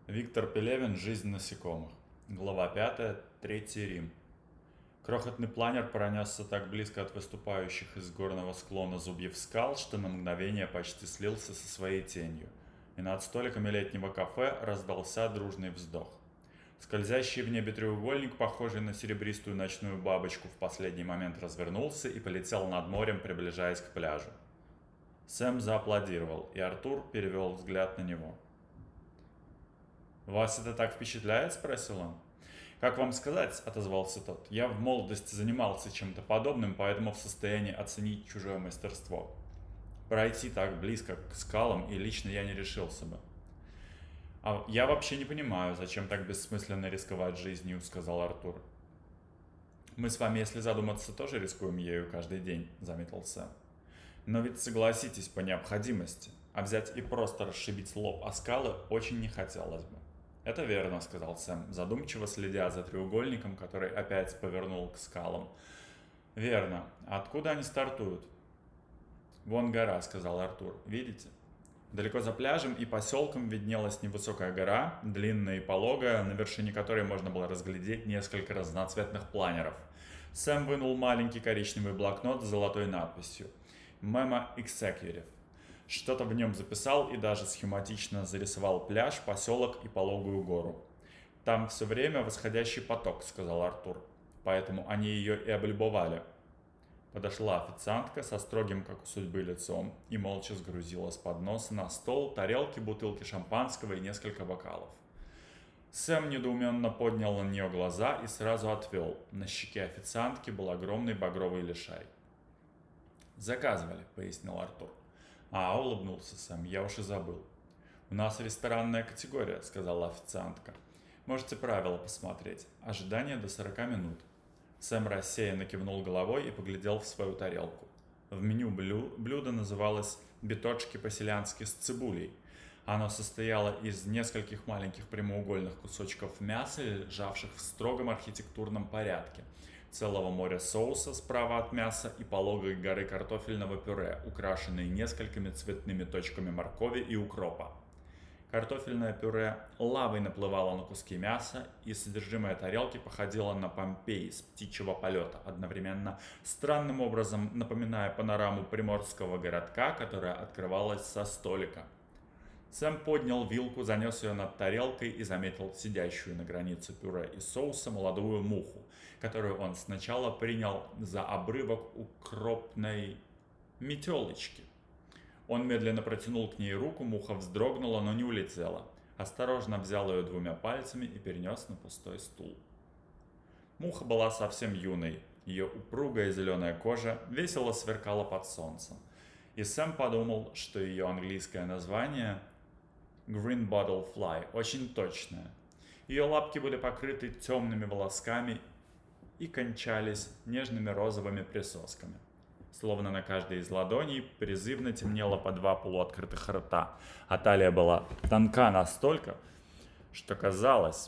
Виктор Пелевин «Жизнь насекомых». Глава 5. Третий Рим. Крохотный планер пронесся так близко от выступающих из горного склона зубьев скал, что на мгновение почти слился со своей тенью. И над столиками летнего кафе раздался дружный вздох. Скользящий в небе треугольник, похожий на серебристую ночную бабочку, в последний момент развернулся и полетел над морем, приближаясь к пляжу. Сэм зааплодировал, и Артур перевел взгляд на него. «Вас это так впечатляет?» – спросил он. «Как вам сказать?» – отозвался тот. «Я в молодости занимался чем-то подобным, поэтому в состоянии оценить чужое мастерство. Пройти так близко к скалам и лично я не решился бы». «А я вообще не понимаю, зачем так бессмысленно рисковать жизнью», – сказал Артур. «Мы с вами, если задуматься, тоже рискуем ею каждый день», – заметил Сэм. «Но ведь согласитесь по необходимости, а взять и просто расшибить лоб о скалы очень не хотелось бы». «Это верно», — сказал Сэм, задумчиво следя за треугольником, который опять повернул к скалам. «Верно. Откуда они стартуют?» «Вон гора», — сказал Артур. «Видите?» Далеко за пляжем и поселком виднелась невысокая гора, длинная и пологая, на вершине которой можно было разглядеть несколько разноцветных планеров. Сэм вынул маленький коричневый блокнот с золотой надписью «Memo Executive». Что-то в нем записал и даже схематично зарисовал пляж, поселок и пологую гору. «Там все время восходящий поток», — сказал Артур. «Поэтому они ее и облюбовали». Подошла официантка со строгим, как у судьбы, лицом и молча сгрузила с подноса на стол тарелки, бутылки шампанского и несколько бокалов. Сэм недоуменно поднял на нее глаза и сразу отвел. На щеке официантки был огромный багровый лишай. «Заказывали», — пояснил Артур. «А», — улыбнулся Сэм, — «я уж и забыл». «У нас ресторанная категория», — сказала официантка. «Можете правила посмотреть. Ожидание до 40 минут». Сэм рассеянно кивнул головой и поглядел в свою тарелку. В меню блюдо называлось «биточки по-селянски с цибулей». Оно состояло из нескольких маленьких прямоугольных кусочков мяса, лежавших в строгом архитектурном порядке, целого моря соуса справа от мяса и пологой горы картофельного пюре, украшенной несколькими цветными точками моркови и укропа. Картофельное пюре лавой наплывало на куски мяса, и содержимое тарелки походило на Помпеи с птичьего полета, одновременно странным образом напоминая панораму приморского городка, которая открывалась со столика. Сэм поднял вилку, занес ее над тарелкой и заметил сидящую на границе пюре и соуса молодую муху, которую он сначала принял за обрывок укропной метелочки. Он медленно протянул к ней руку, муха вздрогнула, но не улетела. Осторожно взял ее двумя пальцами и перенес на пустой стул. Муха была совсем юной. Ее упругая зеленая кожа весело сверкала под солнцем. И Сэм подумал, что ее английское название Green Bottle Fly очень точное. Ее лапки были покрыты темными волосками и кончались нежными розовыми присосками. Словно на каждой из ладоней призывно темнело по два полуоткрытых рта, а талия была тонка настолько, что, казалось,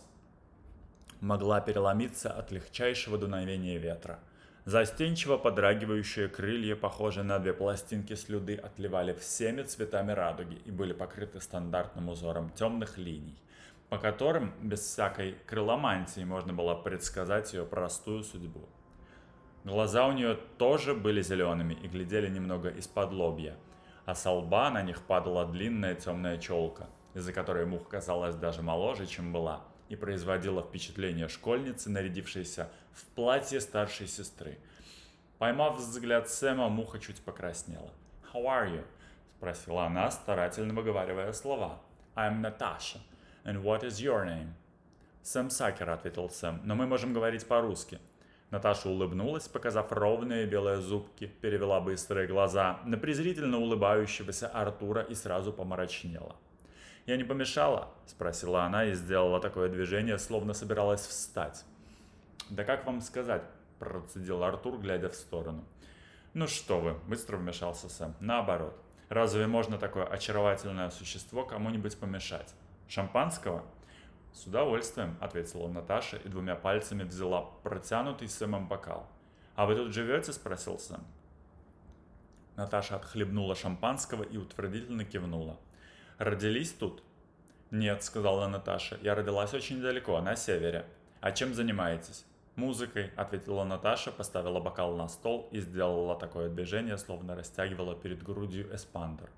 могла переломиться от легчайшего дуновения ветра. Застенчиво подрагивающие крылья, похожие на две пластинки слюды, отливали всеми цветами радуги и были покрыты стандартным узором темных линий, по которым без всякой крыломантии можно было предсказать ее простую судьбу. Глаза у нее тоже были зелеными и глядели немного из-под лобья, а со лба на них падала длинная темная челка, из-за которой муха казалась даже моложе, чем была, и производила впечатление школьницы, нарядившейся в платье старшей сестры. Поймав взгляд Сэма, муха чуть покраснела. «How are you?» – спросила она, старательно выговаривая слова. «I'm Natasha. And what is your name?» «Сэм Сакер», – ответил Сэм, – «но мы можем говорить по-русски». Наташа улыбнулась, показав ровные белые зубки, перевела быстрые глаза на презрительно улыбающегося Артура и сразу помрачнела. «Я не помешала?» – спросила она и сделала такое движение, словно собиралась встать. «Да как вам сказать?» – процедил Артур, глядя в сторону. «Ну что вы», – быстро вмешался Сэм. «Наоборот. Разве можно такое очаровательное существо кому-нибудь помешать? Шампанского?» «С удовольствием», — ответила Наташа и двумя пальцами взяла протянутый Сэмом бокал. «А вы тут живете?» — спросил Сэм. Наташа отхлебнула шампанского и утвердительно кивнула. «Родились тут?» «Нет», — сказала Наташа, — «я родилась очень далеко, на севере. А чем занимаетесь?» «Музыкой», — ответила Наташа, поставила бокал на стол и сделала такое движение, словно растягивала перед грудью эспандер.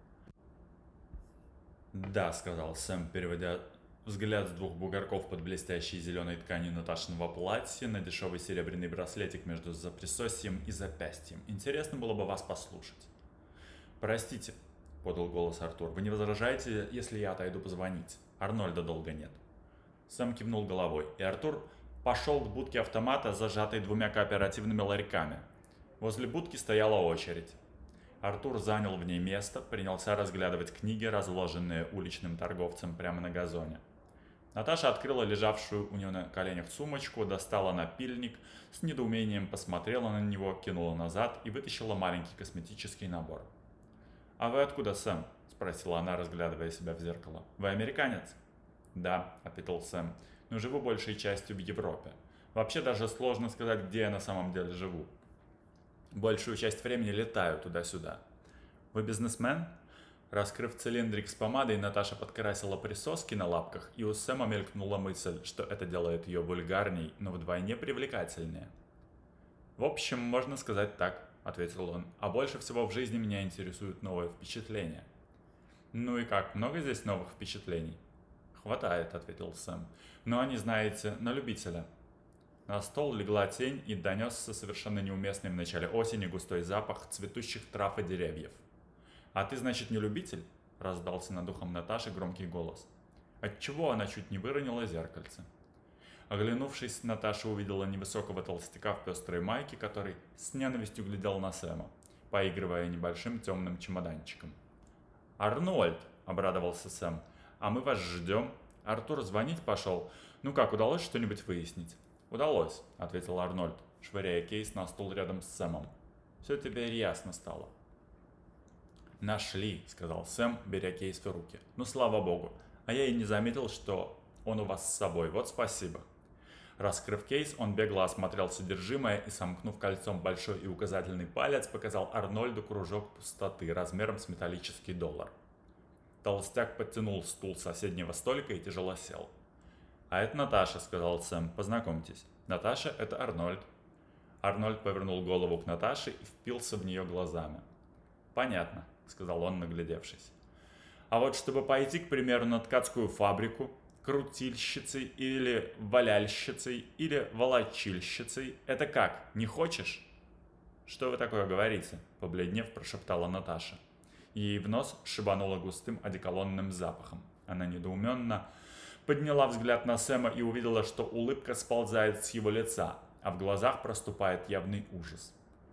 «Да», — сказал Сэм, переводя взгляд с двух бугорков под блестящей зеленой тканью Наташиного платья на дешевый серебряный браслетик между запрессосьем и запястьем. «Интересно было бы вас послушать». «Простите», — подал голос Артур, — «вы не возражаете, если я отойду позвонить? Арнольда долго нет». Сэм кивнул головой, и Артур пошел к будке автомата, зажатой двумя кооперативными ларьками. Возле будки стояла очередь. Артур занял в ней место, принялся разглядывать книги, разложенные уличным торговцем прямо на газоне. Наташа открыла лежавшую у нее на коленях сумочку, достала напильник, с недоумением посмотрела на него, кинула назад и вытащила маленький косметический набор. «А вы откуда, Сэм?» – спросила она, разглядывая себя в зеркало. «Вы американец?» «Да», – ответил Сэм, – «но живу большей частью в Европе. Вообще даже сложно сказать, где я на самом деле живу. Большую часть времени летаю туда-сюда». «Вы бизнесмен?» Раскрыв цилиндрик с помадой, Наташа подкрасила присоски на лапках, и у Сэма мелькнула мысль, что это делает ее вульгарней, но вдвойне привлекательнее. «В общем, можно сказать так», — ответил он, — «а больше всего в жизни меня интересуют новые впечатления». «Ну и как, много здесь новых впечатлений?» «Хватает», — ответил Сэм, — «но они, знаете, на любителя». На стол легла тень и донесся совершенно неуместный в начале осени густой запах цветущих трав и деревьев. «А ты, значит, не любитель?» – раздался над ухом Наташи громкий голос. Отчего она чуть не выронила зеркальце. Оглянувшись, Наташа увидела невысокого толстяка в пестрой майке, который с ненавистью глядел на Сэма, поигрывая небольшим темным чемоданчиком. «Арнольд!» – обрадовался Сэм. «А мы вас ждем. Артур звонить пошел. Ну как, удалось что-нибудь выяснить?» «Удалось», – ответил Арнольд, швыряя кейс на стул рядом с Сэмом. «Все теперь ясно стало». «Нашли», — сказал Сэм, беря кейс в руки. «Ну, слава богу. А я и не заметил, что он у вас с собой. Вот спасибо». Раскрыв кейс, он бегло осмотрел содержимое и, сомкнув кольцом большой и указательный палец, показал Арнольду кружок пустоты размером с металлический доллар. Толстяк подтянул стул с соседнего столика и тяжело сел. «А это Наташа», — сказал Сэм. «Познакомьтесь. Наташа — это Арнольд». Арнольд повернул голову к Наташе и впился в нее глазами. «Понятно», — сказал он, наглядевшись. «А вот чтобы пойти, к примеру, на ткацкую фабрику, крутильщицей или валяльщицей или волочильщицей, это как, не хочешь?» «Что вы такое говорите?» — побледнев, прошептала Наташа. Ей в нос шибануло густым одеколонным запахом. Она недоуменно подняла взгляд на Сэма и увидела, что улыбка сползает с его лица, а в глазах проступает явный ужас.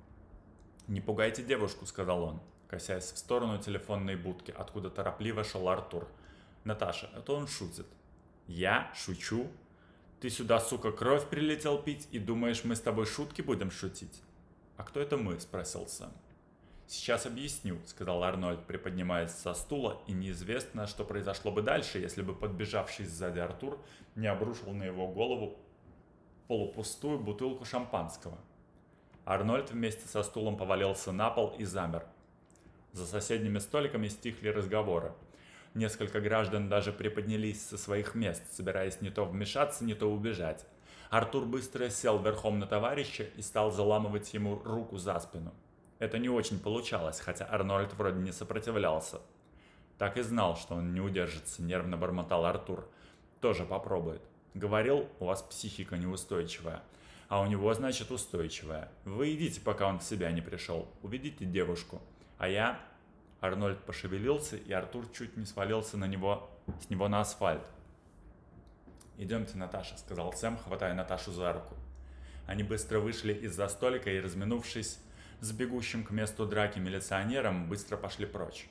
«Не пугайте девушку», — сказал он, косясь в сторону телефонной будки, откуда торопливо шел Артур. «Наташа, это он шутит». «Я? Шучу? Ты сюда, сука, кровь прилетел пить и думаешь, мы с тобой шутки будем шутить?» «А кто это мы?» — спросил Сэм. «Сейчас объясню», — сказал Арнольд, приподнимаясь со стула, и неизвестно, что произошло бы дальше, если бы подбежавший сзади Артур не обрушил на его голову полупустую бутылку шампанского. Арнольд вместе со стулом повалился на пол и замер. За соседними столиками стихли разговоры. Несколько граждан даже приподнялись со своих мест, собираясь не то вмешаться, не то убежать. Артур быстро сел верхом на товарища и стал заламывать ему руку за спину. Это не очень получалось, хотя Арнольд вроде не сопротивлялся. «Так и знал, что он не удержится», — нервно бормотал Артур. «Тоже попробует. Говорил, у вас психика неустойчивая. А у него, значит, устойчивая. Вы идите, пока он в себя не пришел. Уведите девушку. А я...» Арнольд пошевелился, и Артур чуть не свалился с него на асфальт. «Идемте, Наташа», — сказал Сэм, хватая Наташу за руку. Они быстро вышли из-за столика и, разминувшись с бегущим к месту драки милиционером, быстро пошли прочь.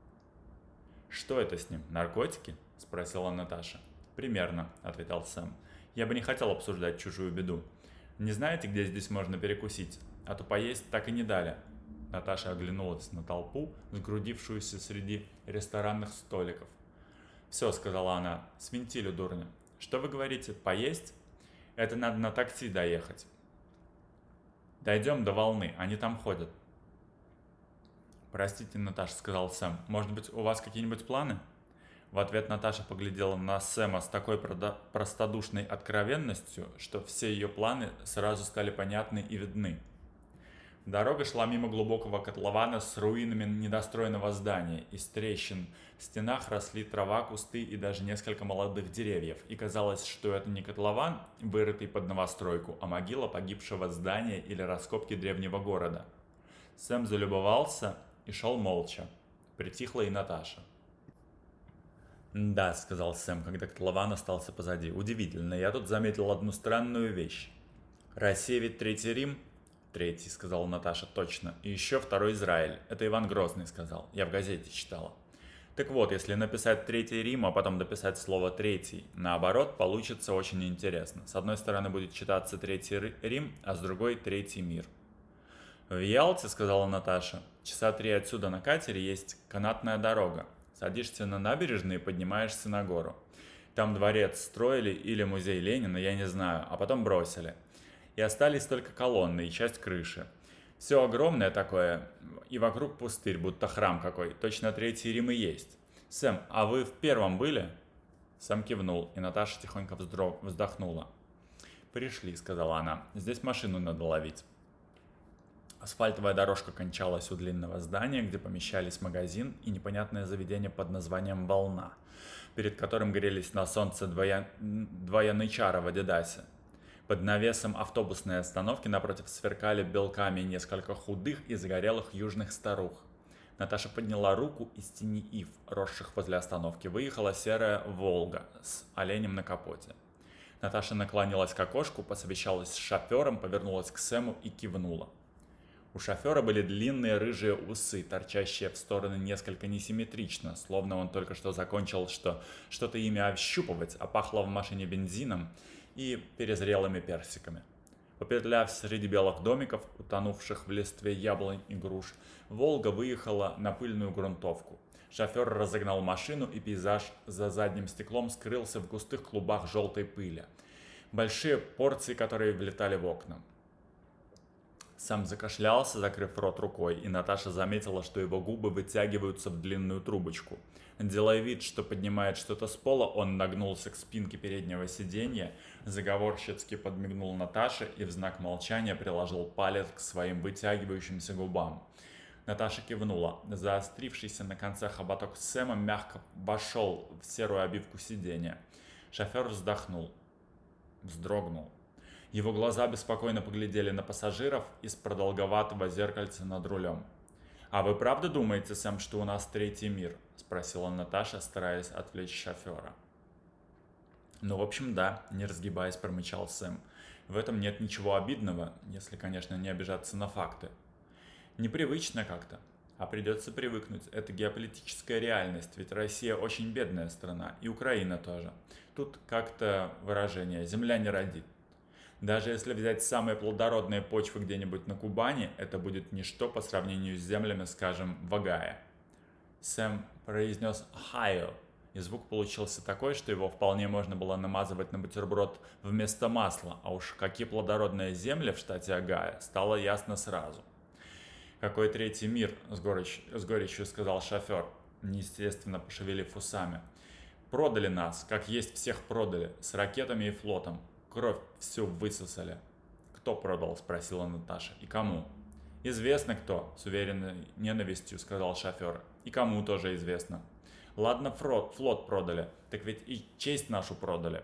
«Что это с ним? Наркотики?» — спросила Наташа. «Примерно», — ответил Сэм. «Я бы не хотел обсуждать чужую беду. Не знаете, где здесь можно перекусить? А то поесть так и не дали». Наташа оглянулась на толпу, сгрудившуюся среди ресторанных столиков. «Все», — сказала она, — «свинтили, дурня. Что вы говорите, поесть? Это надо на такси доехать. Дойдем до Волны, они там ходят». «Простите, Наташа», — сказал Сэм, — «может быть, у вас какие-нибудь планы?» В ответ Наташа поглядела на Сэма с такой простодушной откровенностью, что все ее планы сразу стали понятны и видны. Дорога шла мимо глубокого котлована с руинами недостроенного здания. Из трещин в стенах росли трава, кусты и даже несколько молодых деревьев. И казалось, что это не котлован, вырытый под новостройку, а могила погибшего здания или раскопки древнего города. Сэм залюбовался и шел молча. Притихла и Наташа. «Да», — сказал Сэм, когда котлован остался позади. «Удивительно, я тут заметил одну странную вещь. Россия ведь Третий Рим?» «Третий», — сказала Наташа, — «точно. И еще второй Израиль. Это Иван Грозный сказал. Я в газете читала». Так вот, если написать Третий Рим, а потом дописать слово Третий, наоборот, получится очень интересно. С одной стороны будет читаться Третий Рим, а с другой Третий мир. «В Ялте, — сказала Наташа, — часа 3 отсюда на катере есть канатная дорога. Садишься на набережную и поднимаешься на гору. Там дворец строили или музей Ленина, я не знаю, а потом бросили. И остались только колонны и часть крыши. Все огромное такое, и вокруг пустырь, будто храм какой. Точно Третий Рим и есть. Сэм, а вы в первом были?» Сэм кивнул, и Наташа тихонько вздохнула. «Пришли», — сказала она. «Здесь машину надо ловить». Асфальтовая дорожка кончалась у длинного здания, где помещались магазин и непонятное заведение под названием «Волна», перед которым грелись на солнце два янычара в Адидасе. Под навесом автобусной остановки напротив сверкали белками несколько худых и загорелых южных старух. Наташа подняла руку, из тени ив, росших возле остановки, выехала серая «Волга» с оленем на капоте. Наташа наклонилась к окошку, посовещалась с шофером, повернулась к Сэму и кивнула. У шофера были длинные рыжие усы, торчащие в стороны несколько несимметрично, словно он только что закончил что-то ими ощупывать, а пахло в машине бензином и перезрелыми персиками. Попетляв среди белых домиков, утонувших в листве яблонь и груш, «Волга» выехала на пыльную грунтовку. Шофер разогнал машину, и пейзаж за задним стеклом скрылся в густых клубах желтой пыли. Большие порции, которые влетали в окна. Сам закашлялся, закрыв рот рукой, и Наташа заметила, что его губы вытягиваются в длинную трубочку. Делая вид, что поднимает что-то с пола, он нагнулся к спинке переднего сиденья, заговорщицки подмигнул Наташе и в знак молчания приложил палец к своим вытягивающимся губам. Наташа кивнула. Заострившийся на конце хоботок Сэма мягко вошел в серую обивку сиденья. Шофер вздрогнул. Его глаза беспокойно поглядели на пассажиров из продолговатого зеркальца над рулем. «А вы правда думаете, Сэм, что у нас Третий мир?» – спросила Наташа, стараясь отвлечь шофера. «Ну, в общем, да», – не разгибаясь, промычал Сэм. «В этом нет ничего обидного, если, конечно, не обижаться на факты. Непривычно как-то. А придется привыкнуть. Это геополитическая реальность, ведь Россия очень бедная страна, и Украина тоже. Тут как-то выражение «земля не родит». Даже если взять самые плодородные почвы где-нибудь на Кубани, это будет ничто по сравнению с землями, скажем, в Огайо. Сэм произнес «Ohio», и звук получился такой, что его вполне можно было намазывать на бутерброд вместо масла, а уж какие плодородные земли в штате Огайо, стало ясно сразу. «Какой Третий мир?» – с горечью сказал шофер, неестественно пошевелив усами. «Продали нас, как есть всех продали, с ракетами и флотом. Кровь всю высосали». «Кто продал?» – спросила Наташа. «И кому?» «Известно кто», – с уверенной ненавистью сказал шофер. «И кому тоже известно. Ладно, флот продали, так ведь и честь нашу продали».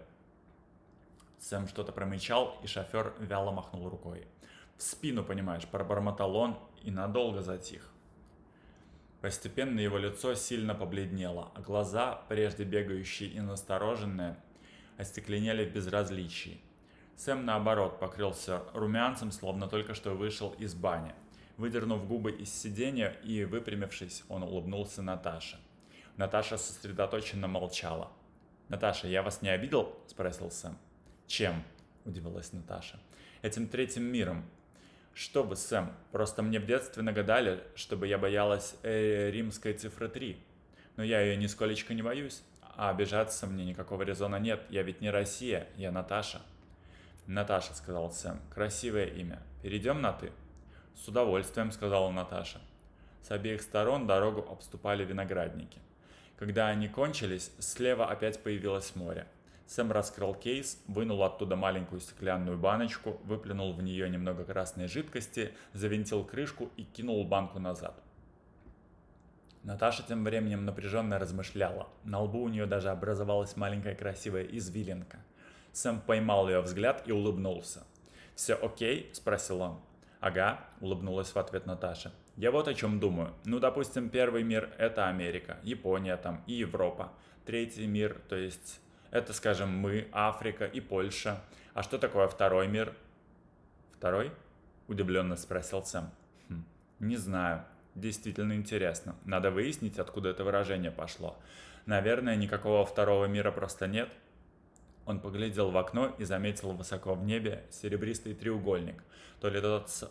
Сэм что-то промычал, и шофер вяло махнул рукой. «В спину, понимаешь», – пробормотал он и надолго затих. Постепенно его лицо сильно побледнело, а глаза, прежде бегающие и настороженные, остекленели в безразличии. Сэм, наоборот, покрылся румянцем, словно только что вышел из бани. Выдернув губы из сиденья и выпрямившись, он улыбнулся Наташе. Наташа сосредоточенно молчала. «Наташа, я вас не обидел?» – спросил Сэм. «Чем?» – удивилась Наташа. «Этим Третьим миром». «Что вы, Сэм, просто мне в детстве нагадали, чтобы я боялась римской цифры 3. Но я ее нисколечко не боюсь. А обижаться мне никакого резона нет, я ведь не Россия, я Наташа». «Наташа», — сказал Сэм, — «красивое имя. Перейдем на «ты»?» «С удовольствием», — сказала Наташа. С обеих сторон дорогу обступали виноградники. Когда они кончились, слева опять появилось море. Сэм раскрыл кейс, вынул оттуда маленькую стеклянную баночку, выплюнул в нее немного красной жидкости, завинтил крышку и кинул банку назад. Наташа тем временем напряженно размышляла. На лбу у нее даже образовалась маленькая красивая извилинка. Сэм поймал ее взгляд и улыбнулся. «Все окей?» – спросил он. «Ага», – улыбнулась в ответ Наташа. «Я вот о чем думаю. Ну, допустим, первый мир – это Америка, Япония там и Европа. Третий мир, то есть это, скажем, мы, Африка и Польша. А что такое второй мир?» «Второй?» – удивленно спросил Сэм. «Не знаю. Действительно интересно. Надо выяснить, откуда это выражение пошло. Наверное, никакого второго мира просто нет». Он поглядел в окно и заметил высоко в небе серебристый треугольник. То ли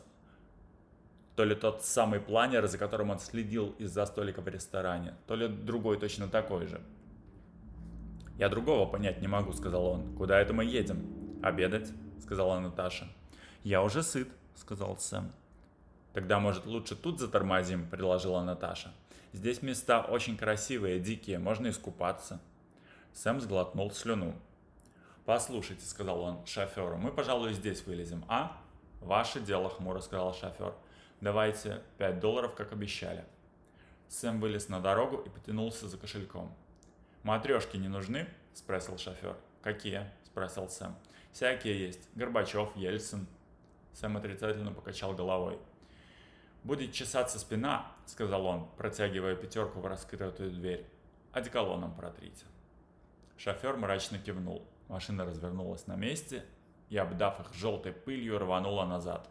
тот самый планер, за которым он следил из-за столика в ресторане, то ли другой точно такой же. «Я другого понять не могу», — сказал он. «Куда это мы едем?» «Обедать», — сказала Наташа. «Я уже сыт», — сказал Сэм. «Тогда, может, лучше тут затормозим», — предложила Наташа. «Здесь места очень красивые, дикие, можно искупаться». Сэм сглотнул слюну. «Послушайте», — сказал он шоферу, — «мы, пожалуй, здесь вылезем, а?» «Ваше дело», — хмуро сказал шофер. «Давайте $5, как обещали». Сэм вылез на дорогу и потянулся за кошельком. «Матрешки не нужны?» — спросил шофер. «Какие?» — спросил Сэм. «Всякие есть. Горбачев, Ельцин». Сэм отрицательно покачал головой. «Будет чесаться спина», — сказал он, протягивая пятерку в раскрытую дверь. «Одеколоном протрите». Шофер мрачно кивнул. Машина развернулась на месте и, обдав их желтой пылью, рванула назад.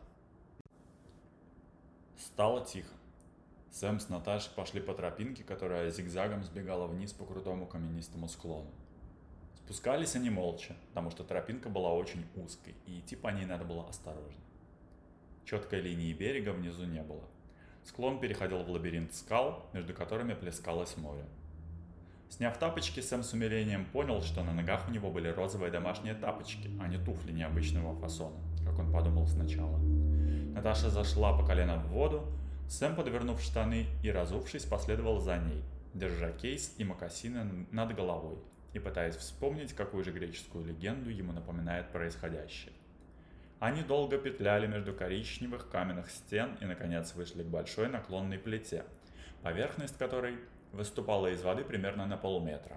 Стало тихо. Сэм с Наташей пошли по тропинке, которая зигзагом сбегала вниз по крутому каменистому склону. Спускались они молча, потому что тропинка была очень узкой, и идти по ней надо было осторожно. Четкой линии берега внизу не было. Склон переходил в лабиринт скал, между которыми плескалось море. Сняв тапочки, Сэм с умилением понял, что на ногах у него были розовые домашние тапочки, а не туфли необычного фасона, как он подумал сначала. Наташа зашла по колено в воду, Сэм, подвернув штаны и разувшись, последовал за ней, держа кейс и мокасины над головой и пытаясь вспомнить, какую же греческую легенду ему напоминает происходящее. Они долго петляли между коричневых каменных стен и, наконец, вышли к большой наклонной плите, поверхность которой выступала из воды примерно на полметра.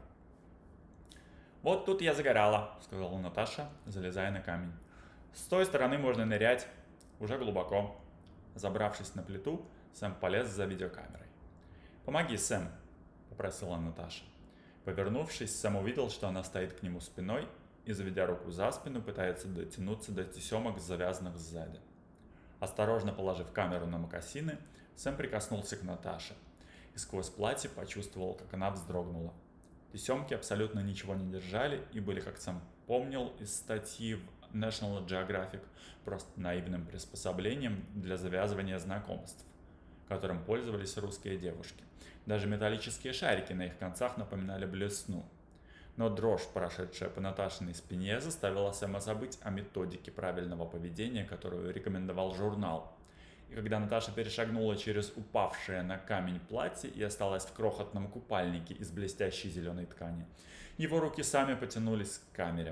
«Вот тут я загорала», — сказала Наташа, залезая на камень. «С той стороны можно нырять, уже глубоко». Забравшись на плиту, Сэм полез за видеокамерой. «Помоги, Сэм», — попросила Наташа. Повернувшись, Сэм увидел, что она стоит к нему спиной и, заведя руку за спину, пытается дотянуться до тесемок, завязанных сзади. Осторожно положив камеру на мокасины, Сэм прикоснулся к Наташе и сквозь платье почувствовал, как она вздрогнула. Тесемки абсолютно ничего не держали и были, как Сэм помнил из статьи в National Geographic, просто наивным приспособлением для завязывания знакомств, которым пользовались русские девушки. Даже металлические шарики на их концах напоминали блесну. Но дрожь, прошедшая по Наташиной спине, заставила Сэма забыть о методике правильного поведения, которую рекомендовал журнал. И когда Наташа перешагнула через упавшее на камень платье и осталась в крохотном купальнике из блестящей зеленой ткани, его руки сами потянулись к камере.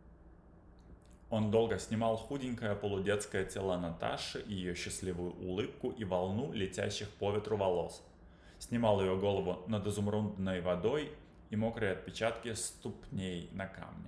Он долго снимал худенькое полудетское тело Наташи, ее счастливую улыбку и волну летящих по ветру волос. Снимал ее голову над изумрудной водой и мокрые отпечатки ступней на камне.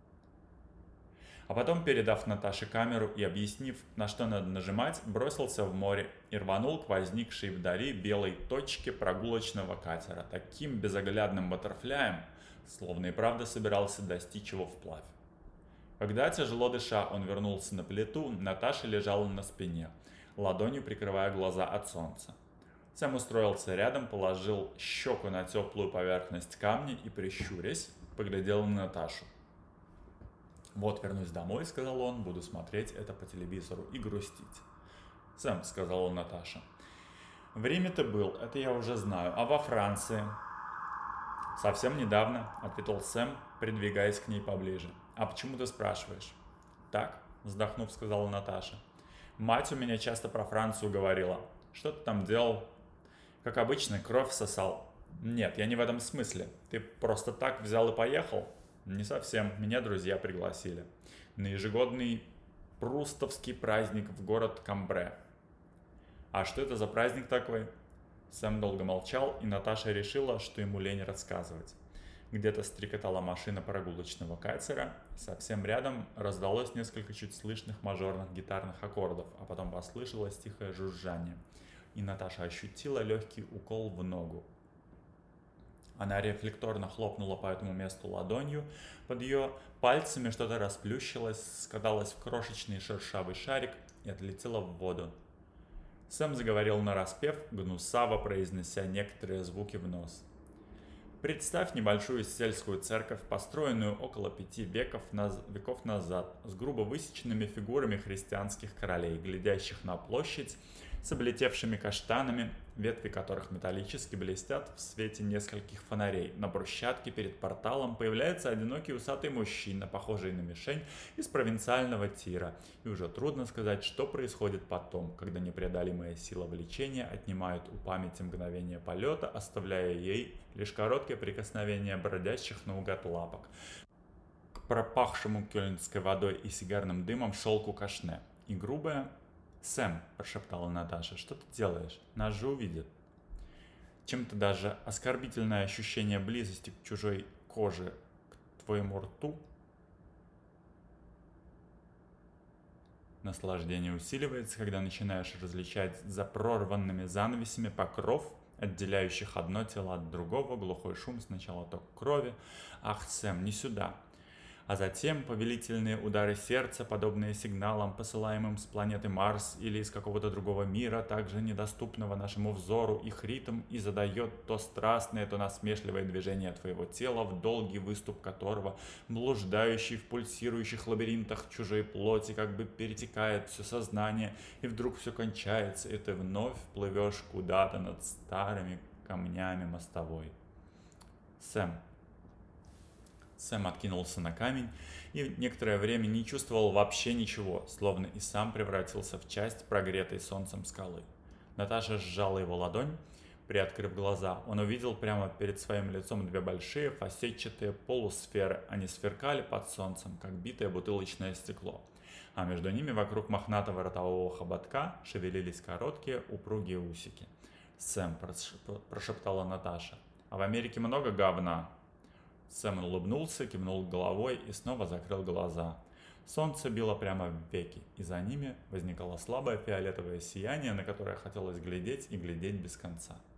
А потом, передав Наташе камеру и объяснив, на что надо нажимать, бросился в море и рванул к возникшей вдали белой точке прогулочного катера, таким безоглядным баттерфляем, словно и правда собирался достичь его вплавь. Когда, тяжело дыша, он вернулся на плиту, Наташа лежала на спине, ладонью прикрывая глаза от солнца. Сэм устроился рядом, положил щеку на теплую поверхность камня и, прищурясь, поглядел на Наташу. «Вот вернусь домой», — сказал он, — «буду смотреть это по телевизору и грустить». «Сэм», — сказала Наташа, — «в Риме ты был, это я уже знаю, а во Франции?» «Совсем недавно», — ответил Сэм, придвигаясь к ней поближе. «А почему ты спрашиваешь?» «Так», — вздохнув, сказала Наташа. «Мать у меня часто про Францию говорила. Что ты там делал?» «Как обычно, кровь сосал». Нет, я не в этом смысле. Ты просто так взял и поехал? Не совсем. Меня друзья пригласили. На ежегодный прустовский праздник в город Камбре. А что это за праздник такой? Сэм долго молчал, и Наташа решила, что ему лень рассказывать. Где-то стрекотала машина прогулочного катера, совсем рядом раздалось несколько чуть слышных мажорных гитарных аккордов, а потом послышалось тихое жужжание, и Наташа ощутила легкий укол в ногу. Она рефлекторно хлопнула по этому месту ладонью, под ее пальцами что-то расплющилось, скаталось в крошечный шершавый шарик и отлетело в воду. Сэм заговорил нараспев, гнусаво произнося некоторые звуки в нос. Представь небольшую сельскую церковь, построенную около 5 веков назад, с грубо высеченными фигурами христианских королей, глядящих на площадь с облетевшими каштанами, ветви которых металлически блестят в свете нескольких фонарей. На брусчатке перед порталом появляется одинокий усатый мужчина, похожий на мишень из провинциального тира. И уже трудно сказать, что происходит потом, когда непреодолимая сила влечения отнимает у памяти мгновение полета, оставляя ей лишь короткое прикосновение бродящих наугад лапок к пропахшему кёльнской водой и сигарным дымом шелку кашне. И грубая: «Сэм», – прошептала Наташа, – «что ты делаешь? Нас же увидят». Чем-то даже оскорбительное ощущение близости к чужой коже, к твоему рту. Наслаждение усиливается, когда начинаешь различать за прорванными занавесями покров, отделяющих одно тело от другого, глухой шум, сначала ток крови. «Ах, Сэм, не сюда!» А затем повелительные удары сердца, подобные сигналам, посылаемым с планеты Марс или из какого-то другого мира, также недоступного нашему взору, их ритм и задает то страстное, то насмешливое движение твоего тела, в долгий выступ которого, блуждающий в пульсирующих лабиринтах чужой плоти, как бы перетекает все сознание, и вдруг все кончается, и ты вновь плывешь куда-то над старыми камнями мостовой. Сэм откинулся на камень и некоторое время не чувствовал вообще ничего, словно и сам превратился в часть прогретой солнцем скалы. Наташа сжала его ладонь, приоткрыв глаза. Он увидел прямо перед своим лицом 2 большие фасетчатые полусферы. Они сверкали под солнцем, как битое бутылочное стекло. А между ними, вокруг мохнатого ротового хоботка, шевелились короткие упругие усики. «Сэм», – прошептала Наташа, – «а в Америке много говна?» Сэм улыбнулся, кивнул головой и снова закрыл глаза. Солнце било прямо в веки, и за ними возникало слабое фиолетовое сияние, на которое хотелось глядеть и глядеть без конца.